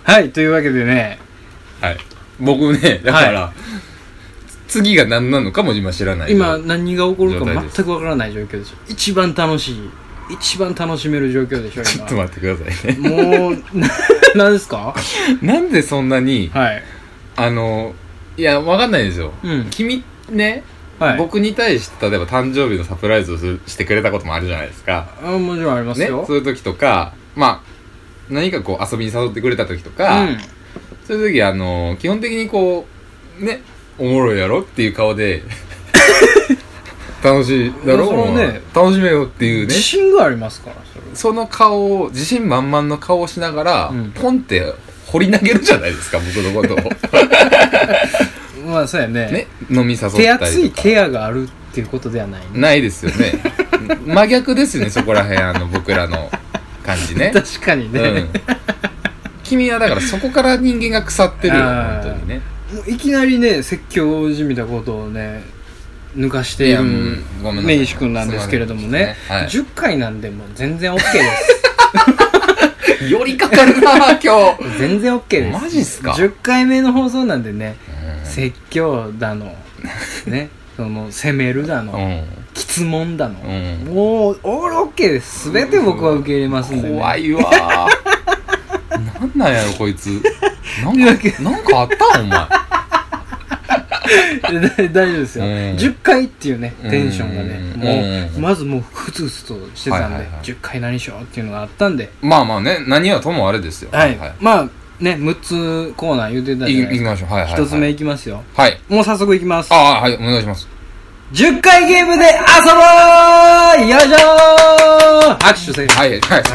はい、というわけでね、 はい、僕ね、だから、はい、次が何なのかも今知らない。 今何が起こるか全くわからない状況でしょ。一番楽しい、一番楽しめる状況でしょ今。 ちょっと待ってくださいね。 もう何ですか？ なんでそんなに、 はい、 いやわかんないですよ、 うん、 君ね、はい、僕に対して例えば誕生日のサプライズをしてくれたこともあるじゃないですか。 もちろんありますよ、 ね、そういう時とか、まあ何かこう遊びに誘ってくれた時とか、うん、そういう時基本的にこうね、おもろいやろっていう顔で楽しいだろう、ね、楽しめよっていうね、 自信がありますから。 その顔を、自信満々の顔をしながら、うん、ポンって掘り投げるじゃないですか、僕のことを。 まあそうやね。 飲み誘ったりとか。 手厚いケアがあるっていうことではない、ね、 ないですよね。真逆ですよね、そこら辺僕らの感じね。 確かにね、うん、 君はだからそこから人間が腐ってるよ、本当にね。 もういきなりね、説教じみたことをね抜かしている根岸君なんですけれどもね、はい、10回なんでもう全然 OK ですよりかかるな今日。全然 OK です。 マジっすか。 10回目の放送なんでね、説教だのね、その責めるだの、質問だの、もうオール OK です。全て僕は受け入れますんで、ね、 怖いわなんなんやろこいつ。なんかあったんお前。 大丈夫ですよ、10回っていうねテンションがね、もうまずもうふつふつとしてたんで、はいはいはい、10回何しようっていうのがあったんで、 まあまあね、何はともあれですよ。 はい、はい、まあね、6つコーナー言うてたじゃないですか。 行きましょう。はいはいはい、 1つ目いきますよ。 はい、 もう早速いきます。 はい、お願いします。 10回ゲームで遊ぼう。よいしょー。拍手せい。 はいはいはい、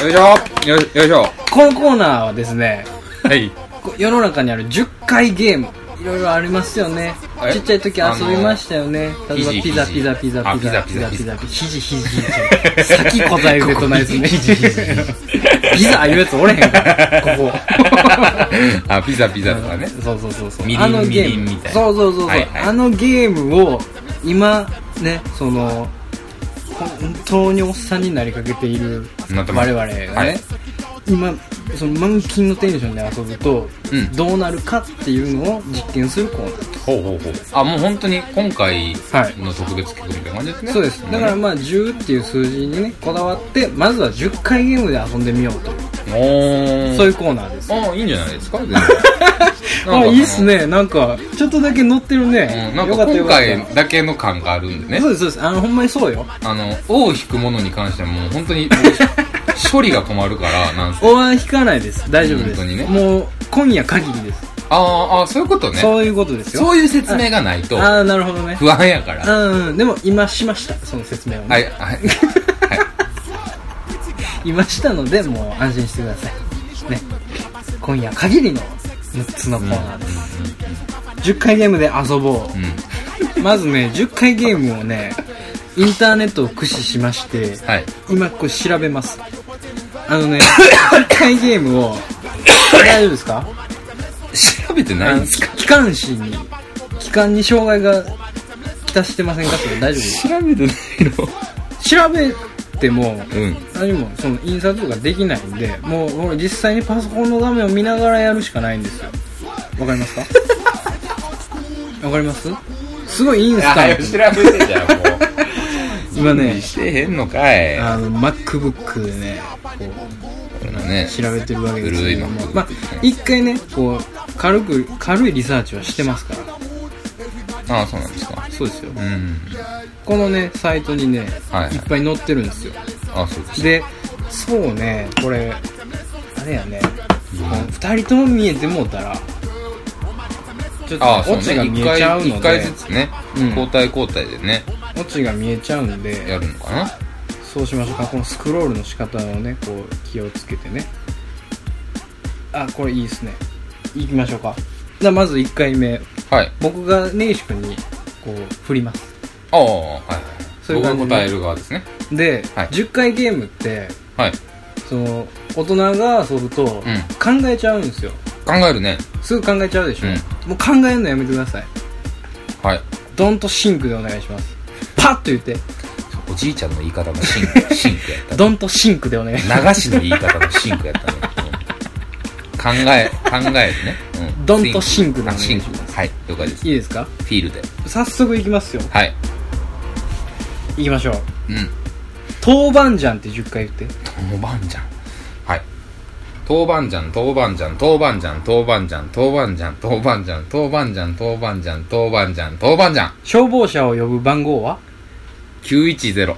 よいしょよいしょ。 このコーナーはですね、 はい、 世の中にある10回ゲーム、いろいろありますよね。ちっちゃい時遊びましたよね。例えばピザピザピザピザピザピザひじ先答えるとないですね。ピザいうやつおれへんからここ。 あ、ピザピザとかね。 そうみりんみりんみたいな。 そう、はいはい、あのゲームを今ね、その本当におっさんになりかけている我々がね、はい、今その満勤のテンションで遊ぶと、どうなるかっていうのを実験するコーナーです。 あ、もう本当に今回の特別企画みたいな感じですね。 そうです。だからまあ10っていう数字にねこだわって、まずは10回ゲームで遊んでみようという、そういうコーナーです。 いいんじゃないですか。 いいっすね。なんかちょっとだけ乗ってるね。 なんか今回だけの感があるんでね。 そうです。ほんまにそうよ。 尾を引くものに関してはもう本当に処理が困るからなんせ。 尾は引かないです。大丈夫です。 本当にね。 もう今夜限りです。 そういうことね。 そういうことですよ。 そういう説明がないと。 なるほどね。 不安やから。 でも今しました、その説明をね。 はい。 今したのでもう安心してください。ね。今夜限りの6つのコーナーです。10回ゲームで遊ぼう。まずね、10回ゲームをね、インターネットを駆使しまして、 はい、 今これ調べます。10回ゲームを大丈夫ですか？ 調べてないんですか？ 気管に障害がきたしてませんか？それ大丈夫ですか？ 調べてないの？ 調べても、何もその印刷とかできないんで、もう実際にパソコンの画面を見ながらやるしかないんですよ。わかりますか？わかります？すごいインスタント。 調べてじゃんもう。 今ね、 してへんのかい。 MacBook でね、こう調べてるわけですけども、まあ一回ね、こう軽いリサーチはしてますから。 そうなんですか。 そうですよ。このねサイトにね、いっぱい載ってるんですよ。 そうです。 で、そうね、これあれやね、2人とも見えてもうたら。ちょっとオチが見えちゃうので、 1回ずつね、交代でね、 オチが見えちゃうんでやるのかな。 そうしましょうか。このスクロールの仕方をね、こう気をつけてね。これいいですね。いきましょうか。まず1回目、僕が根岸君にこう振ります。そういう感じで、僕が答える側ですね。で、10回ゲームって、その大人が遊ぶと考えちゃうんですよ。 考えるね。 すぐ考えちゃうでしょ。もう考えるのやめてください。ドンとシンクでお願いします。パッと言って。 おじいちゃんの言い方のシンクやった。 ドンとシンクでお願いします。 流しの言い方のシンクやったね。 考えるね。 ドンとシンクだね。 シンク。はい、了解です。 いいですか？ フィールで。 早速いきますよ。 はい。 いきましょう。豆板醤って10回言って。 豆板醤。はい。豆板醤、豆板醤、豆板醤、豆板醤、豆板醤、豆板醤、豆板醤、豆板醤、豆板醤、豆板醤。 消防車を呼ぶ番号は 910。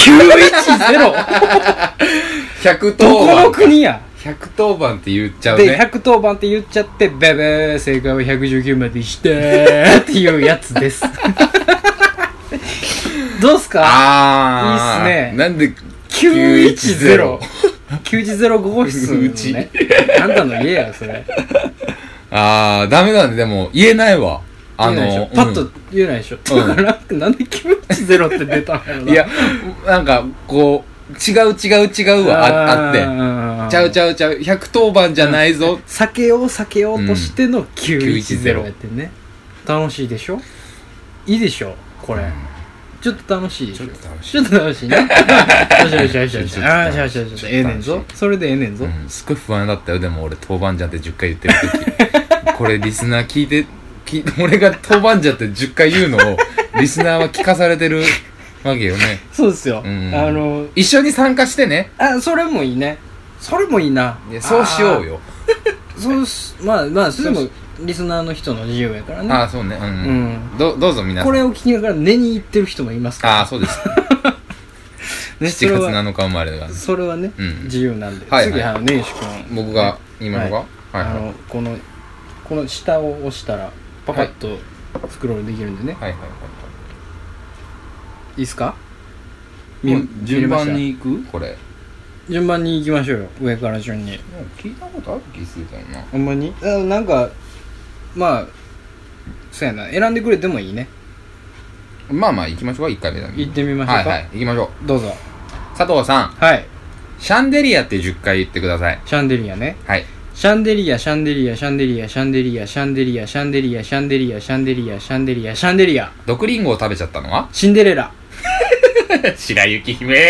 110？どこの国や 110番って言っちゃうね。 で、110番って言っちゃって、ベベー、正解は119までしてーっていうやつです。どうすか？いいっすね。 なんで 910。910号室のね。あんたの家や、それ。 ダメだね。でも、言えないわ。 パッと言えないでしょ。だからなんで910って出たのやろな。 いや、なんか、こう、違うはあって。ちゃう。110番じゃないぞ。 避けようとしての910やってね。楽しいでしょ？いいでしょこれ。ちょっと楽しいでしょ？ちょっと楽しいね。よし。ええねんぞ。それでええねんぞ。 すごい不安だったよ。でも俺、豆板醤って10回言ってる時。これリスナー聞いて、俺が豆板醤って10回言うのを、リスナーは聞かされてるわけよね。 そうですよ。 一緒に参加してね。 それもいいね。それもいいな。 そうしようよ。 まあ、それもリスナーの人の自由やからね。 そうね。どうぞ皆さん。 これを聞きながら寝に行ってる人もいますから。 そうです。7月7日生まれだから。 それはね、自由なんで。次、根岸君。 僕が言いましょうか。 この下を押したら、パパッとスクロールできるんでね。いいっすか？ 順番に行く？これ。 順番に行きましょうよ。上から順に。 聞いたことある気するけどな。 ほんまに？なんか、まあ、そうやな。選んでくれてもいいね。 まあ行きましょうか。1回目だけ。 行ってみましょうか。 行きましょう。どうぞ。 佐藤さん。 はい。 シャンデリアって10回言ってください。 シャンデリアね。 はい。 シャンデリア。 毒リンゴを食べちゃったのはシンデレラ。 白雪姫。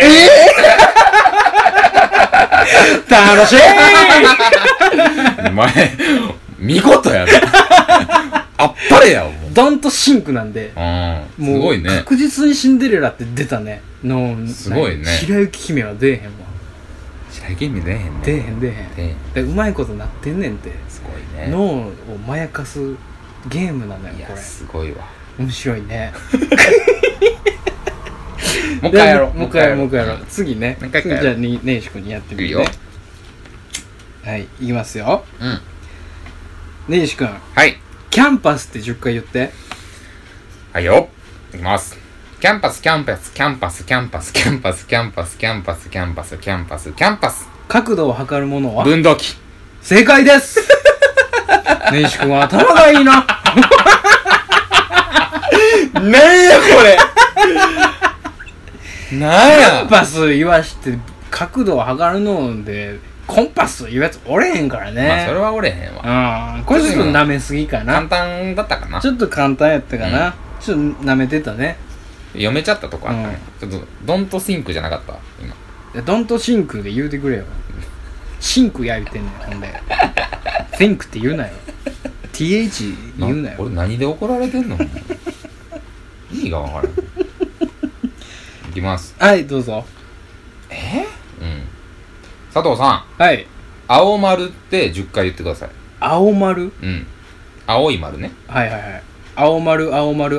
楽しい。 お前見事やな。あっぱれやもう。 ドンとシンクなんで。 すごいね。 確実にシンデレラって出たね。 すごいね。 白雪姫は出えへんわ。 白雪姫出えへんね。 出えへん。でうまいことなってんねんって。 すごいね。 脳をまやかすゲームなのよこれ。 すごいわ。 面白いね。 もう一回やろう。次ね。次じゃあ根岸君にやってみるね。はい、いきますよ。根岸君。 はい。 キャンパスって10回言って。 はいよ。いきます。キャンパス。 角度を測るものは分度器。 正解です。根岸君は頭がいいな。 なんやこれ。なんや。 キャンパス言わして角度を測るのでコンパス言うやつおれへんからね。 それはおれへんわ。 これちょっと舐めすぎかな。 簡単だったかな。 ちょっと簡単やったかな。ちょっと舐めてたね。 読めちゃったとこあったね。ちょっとドントシンクじゃなかった今。 ドントシンクで言うてくれよ。シンクや言うてんねんほんで。think って言うなよ。th 言うなよ。 俺何で怒られてんの？意味が分からん。いきます。 はい、どうぞ。 佐藤さん。 はい。 青丸って10回言ってください。 青丸？ 青い丸ね。 はい。青丸。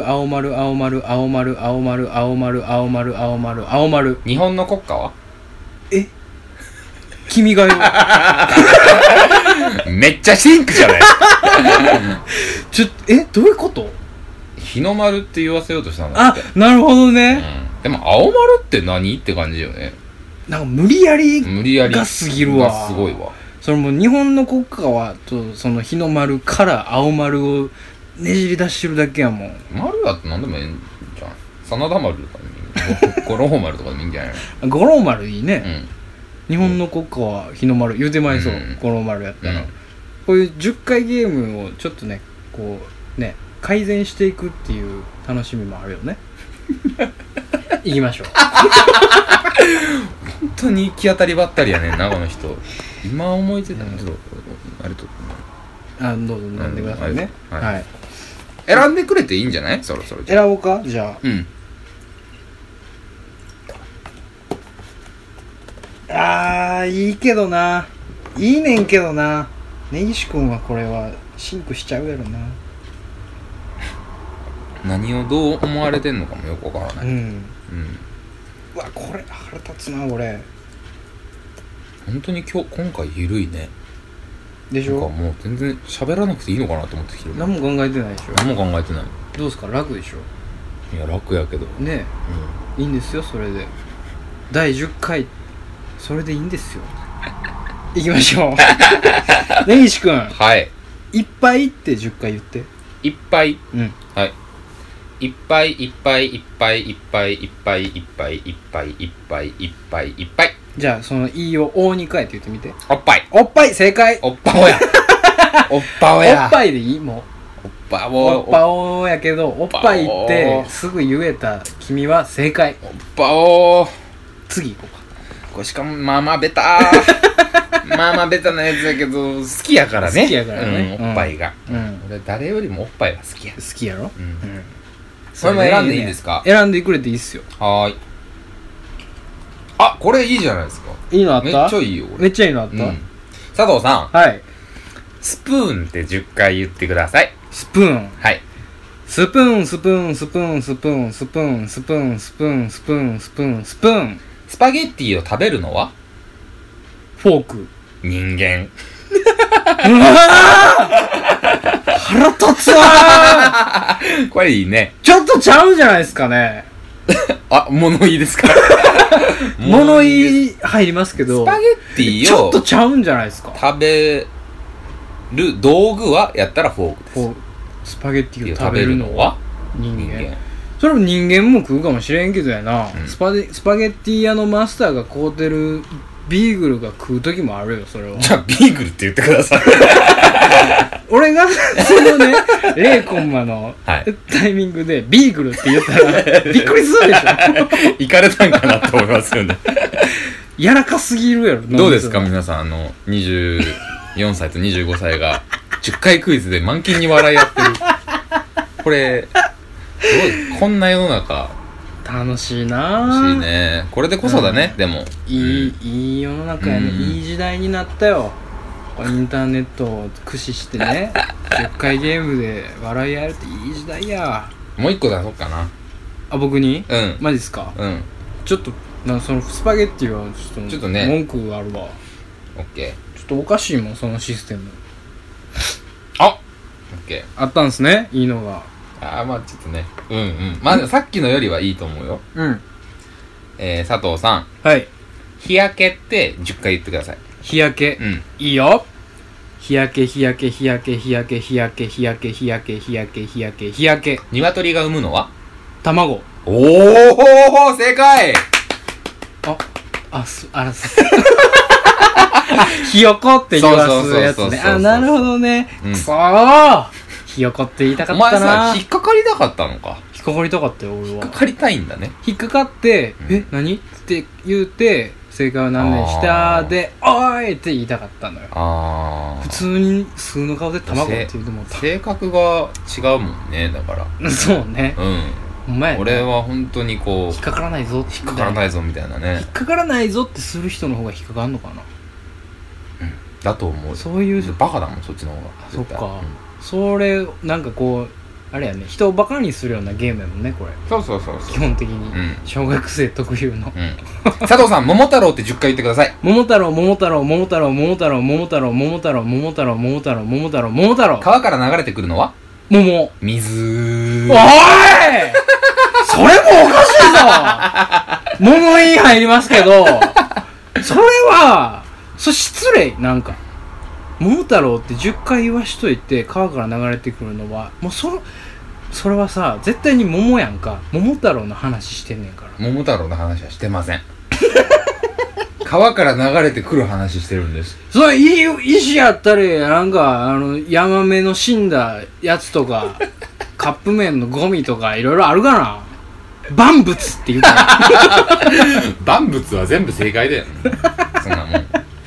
日本の国歌は？ 君が代。めっちゃシンクじゃない。 どういうこと？ 日の丸って言わせようとしたんだって。 なるほどね。 でも青丸って何って感じよね。 なんか無理やりが過ぎるわ。 すごいわ。 それも日本の国歌はその日の丸から青丸をねじり出してるだけやもん。 丸やって何でもええんじゃん。真田丸とかでもいい。五郎丸とかでもいいんじゃないの？ 五郎丸いいね。日本の国歌は日の丸言うてまいそう。五郎丸やったら、こういう10回ゲームをちょっとねこうね改善していくっていう楽しみもあるよね。行きましょう。 本当に行き当たりばったりやねんなこの人。今思いついたの。 ありがとう。 どうぞ飲んでくださいね。はい。 選んでくれていいんじゃない？そろそろ。 選ぼうかじゃあ。 うん。 いいけどな。いいねんけどな。根岸君はこれはシンクしちゃうやろな。 何をどう思われてんのかもよくわからない。 うわ、これ腹立つな、これ。 本当に今回緩いね。 でしょ。 なんかもう全然喋らなくていいのかなと思ってきてる。 何も考えてないでしょ。 何も考えてない。 どうすか、楽でしょ。 いや、楽やけどねえ、いいんですよ、それで。第10回それでいいんですよ。行きましょう。根岸君。 はい。 いっぱいって10回言って。 いっぱい。はい。いっぱいいっぱいいっぱいいっぱいいっぱいいっぱいいっぱいいっぱいいっぱいいっぱい。 じゃあそのいいをおに変えて言ってみて。 おっぱい。 おっぱい正解。 おっぱおや。おっぱおや。 おっぱいでいいもう。 おっぱお。 おっぱおやけど、おっぱいってすぐ言えた君は正解。 おっぱお。 次行こうか。 これしかもまあまあベタまあまあベタなやつだけど好きやからね。 好きやからね。 おっぱいが。俺誰よりもおっぱいが好きや。 好きやろ。 それも選んでいいんですか？ 選んでくれていいっすよ。 はーい。あ、これいいじゃないですか。 いいのあった？ めっちゃいいよ。 めっちゃいいのあった？ 佐藤さん。 はい。 スプーンって10回言ってください。 スプーン。 はい。 スプーン、スプーン、スプーン、スプーン、スプーン、スプーン、スプーン、スプーン、スプーン、スプーン。 スパゲッティを食べるのは？ フォーク。 人間。 うわー腹立つわーこれいいね。 ちょっとちゃうじゃないですかね。 あ、物言いですか？ 物言い入りますけど、 スパゲッティをちょっとちゃうんじゃないですか。 食べる道具はやったらフォークです。 スパゲッティを食べるのは人間。それも人間も食うかもしれんけどやな、スパゲッティ屋のマスターが買うてるビーグルが食う時もあるよ、それは。 じゃあビーグルって言ってください。 俺がそのね0コンマのタイミングでビーグルって言ったらびっくりするでしょ。 行かれたんかなと思いますよね。 やらかすぎるやろ。 どうですか皆さん、24歳と25歳が10回クイズで満金に笑い合ってる。これこんな世の中楽しいなぁ。 楽しいね。これでこそだね、でもいい世の中やね、いい時代になったよ。インターネットを駆使してね10回ゲームで笑い合えるっていい時代や。 もう一個出そうかな。 あ、僕に？マジっすか？ちょっとそのスパゲッティはちょっとね文句があるわ。 オッケー。ちょっとおかしいもん、そのシステム。 あ、オッケー。あったんすね、いいのが。 まあちょっとね、まあさっきのよりはいいと思うよ。佐藤さん。 はい。 日焼けって10回言ってください。 日焼け。いいよ。日焼け、日焼け、日焼け、日焼け、日焼け、日焼け、日焼け、日焼け、日焼け、日焼け。 鶏が産むのは？ 卵。 おー、正解。 ひよこって言わすやつね。あ、なるほどね。くそー。ひよこって言いたかったな。お前さ、引っかかりたかったのか。 引っかかりたかったよ、俺は。引っかかりたいんだね。 引っかかって、何って言うて、正解は何年したで、おーいって言いたかったのよ。普通に普通の顔で卵って言うても性格が違うもんね、だから。 そうね。お前俺は本当にこう引っかからないぞ引っかからないぞみたいなね。 引っかからないぞってする人の方が引っかかんのかな。 だと思う。 そういうバカだもん、そっちの方が。 そっか。それなんかこうあれやね、人をバカにするようなゲームやもんね、これ。 そう基本的に小学生特有の。 佐藤さん、桃太郎って10回言ってください。 桃太郎、桃太郎、桃太郎、桃太郎、桃太郎、桃太郎、桃太郎、桃太郎、桃太郎、桃太郎。 川から流れてくるのは？ 桃。 水。 おいそれもおかしいぞ。桃言い入りますけど、それは失礼。なんか桃太郎って10回言わしといて川から流れてくるのはもうそれはさ、絶対に桃やんか。桃太郎の話してんねんから。 桃太郎の話はしてません。川から流れてくる話してるんです。 それ石やったり、なんかヤマメの死んだやつとかカップ麺のゴミとかいろいろあるかな。万物って言うから。 万物は全部正解だよ。そんなもん。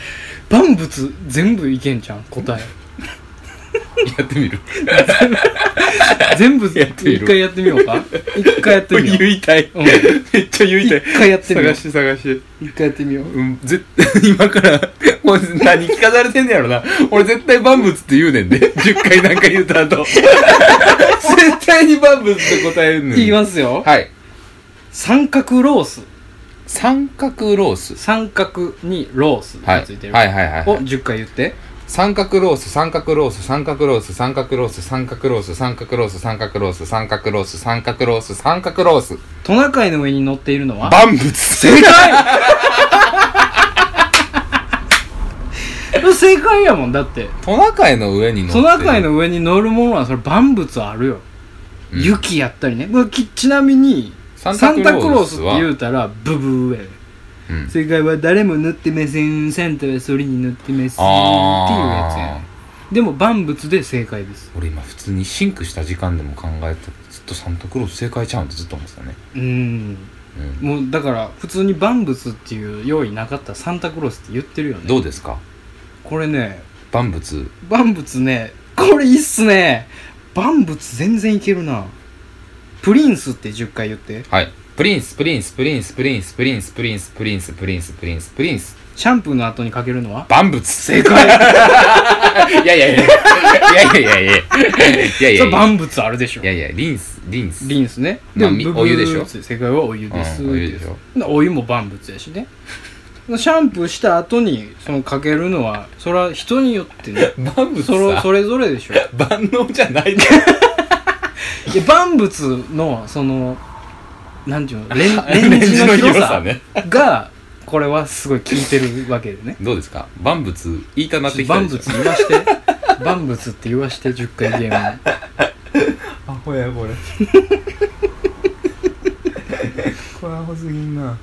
万物全部いけんじゃん答えやってみる全部やってみる。一回やってみようか。一回やってみよう。 言いたい、うん、めっちゃ言いたい。 一回やってみよう。 探して一回やってみよう。 うん、今からもう何聞かされてんねやろな。俺絶対万物って言うねんで10回なんか言うた後絶対に万物って答えるねん。 言いますよ。 はい。 三角ロース。 三角ロース。 三角にロースがついてる、 はいはいはいはい、 を10回言って。 三角ロース、三角ロース、三角ロース、三角ロース、三角ロース、三角ロース、三角ロース、三角ロース、三角ロース、三角ロース。 トナカイの上に乗っているのは万物。 正解正解やもん。だってトナカイの上に乗ってる。 トナカイの上に乗るものはそれ万物あるよ、うん、雪やったりね。ちなみにサンタクロースって言うたらブブーや、うん、正解は誰も塗ってません、サンタはそれに塗ってますっていうやつや。でも万物で正解です。 俺今普通にシンクした時間でも考えてずっとサンタクロース正解ちゃうんってずっと思ってたね。 うん、もうだから普通に万物っていう用意なかったらサンタクロースって言ってるよね。 どうですかこれね。 万物ね、これいいっすね。万物全然いけるな。プリンスって10回言って。 はい。プリンス、プリンス、プリンス、プリンス、プリンス、プリンス、プリンス、プリンス、プリンス、プリンス。 シャンプーの後にかけるのは万物。 正解いやいやいやいやいやいやいやいや万物あるでしょ。 いやいや、リンスね。 でもお湯でしょ。 正解はお湯です。 お湯でしょ。 お湯も万物やしね。シャンプーした後にそのかけるのはそれは人によってね万物さそれぞれでしょ。 万能じゃないの。 いや万物のそのなんていうのレンジの広さねがこれはすごい効いてるわけでね。 どうですか万物言いたなってきたでしょ。 万物言わして万物って言わして10回ゲームアホやこれこれアホすぎんな。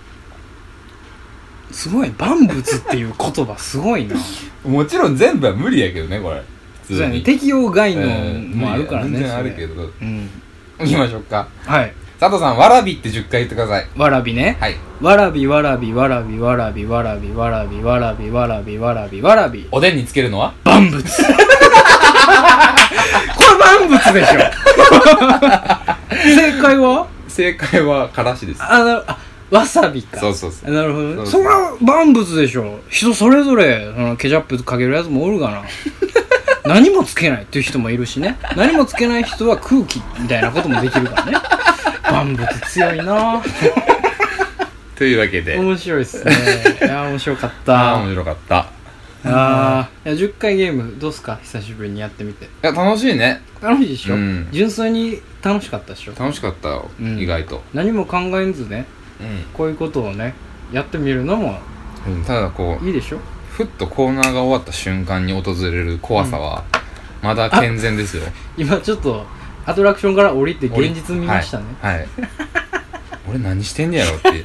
すごい万物っていう言葉すごいな。 もちろん全部は無理やけどねこれ普通に、ね、 適用外のもあるからね、 全然あるけど、 うん、 行きましょうか。 はい。 佐藤さんわらびって10回言ってください。 わらびね。 はい。 わらびわらびわらびわらびわらびわらびわらびわらびわらびわらび。 おでんにつけるのは万物。これ万物でしょ。正解はからしです。 わさびか。 そうそうそう。 なるほどね。それは万物でしょ。人それぞれケチャップかけるやつもおるがな。何もつけないっていう人もいるしね。何もつけない人は空気みたいなこともできるからね。万物強いな。 というわけで面白いっすね。いや面白かった。 面白かった。 いや10回ゲームどうすか久しぶりにやってみて。いや楽しいね。 楽しいでしょ、 うん、 純粋に楽しかったでしょ。 楽しかったよ、うん、意外と何も考えずね、うん、こういうことをねやってみるのも、 うん、ただこういいでしょ。 ふっとコーナーが終わった瞬間に訪れる怖さはまだ健全ですよ、 うん、今ちょっとアトラクションから降りて現実見ましたね。 はい、はい、俺何してんねやろって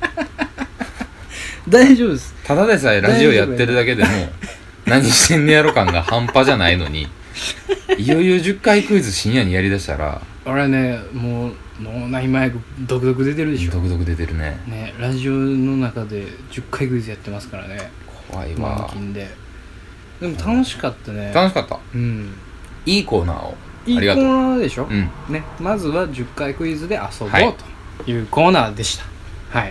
大丈夫です。 ただでさえラジオやってるだけでも何してんねやろ感が半端じゃないのにいよいよ10回クイズ深夜にやりだしたら俺ねもう脳内麻薬ドクドク出てるでしょ。 ドクドク出てるね。 ねラジオの中で10回クイズやってますからね。 怖いわ。 満勤で。でも楽しかったね。 楽しかった。 うん。 いいコーナーをいいコーナーでしょ。 うん。 ねまずは10回クイズで遊ぼう、はい、というコーナーでした。はい。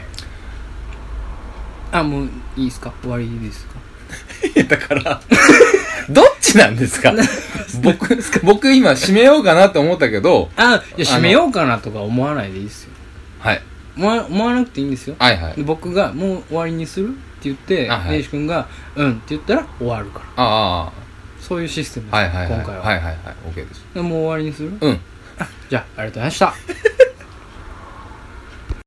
もういいですか。終わりですか。 いやだからどっちなんですか。僕今締めようかなって思ったけどいや締めようかなとか思わないでいいですよ。 はい。 思わなくていいんですよ。 はいはい。 で僕がもう終わりにするって言って根岸君がうんって言ったら終わるから。 ああそういうシステムです。 はいはいはい、 今回ははいはいはい OK です。 もう終わりにする。 うん。 じゃあありがとうございました。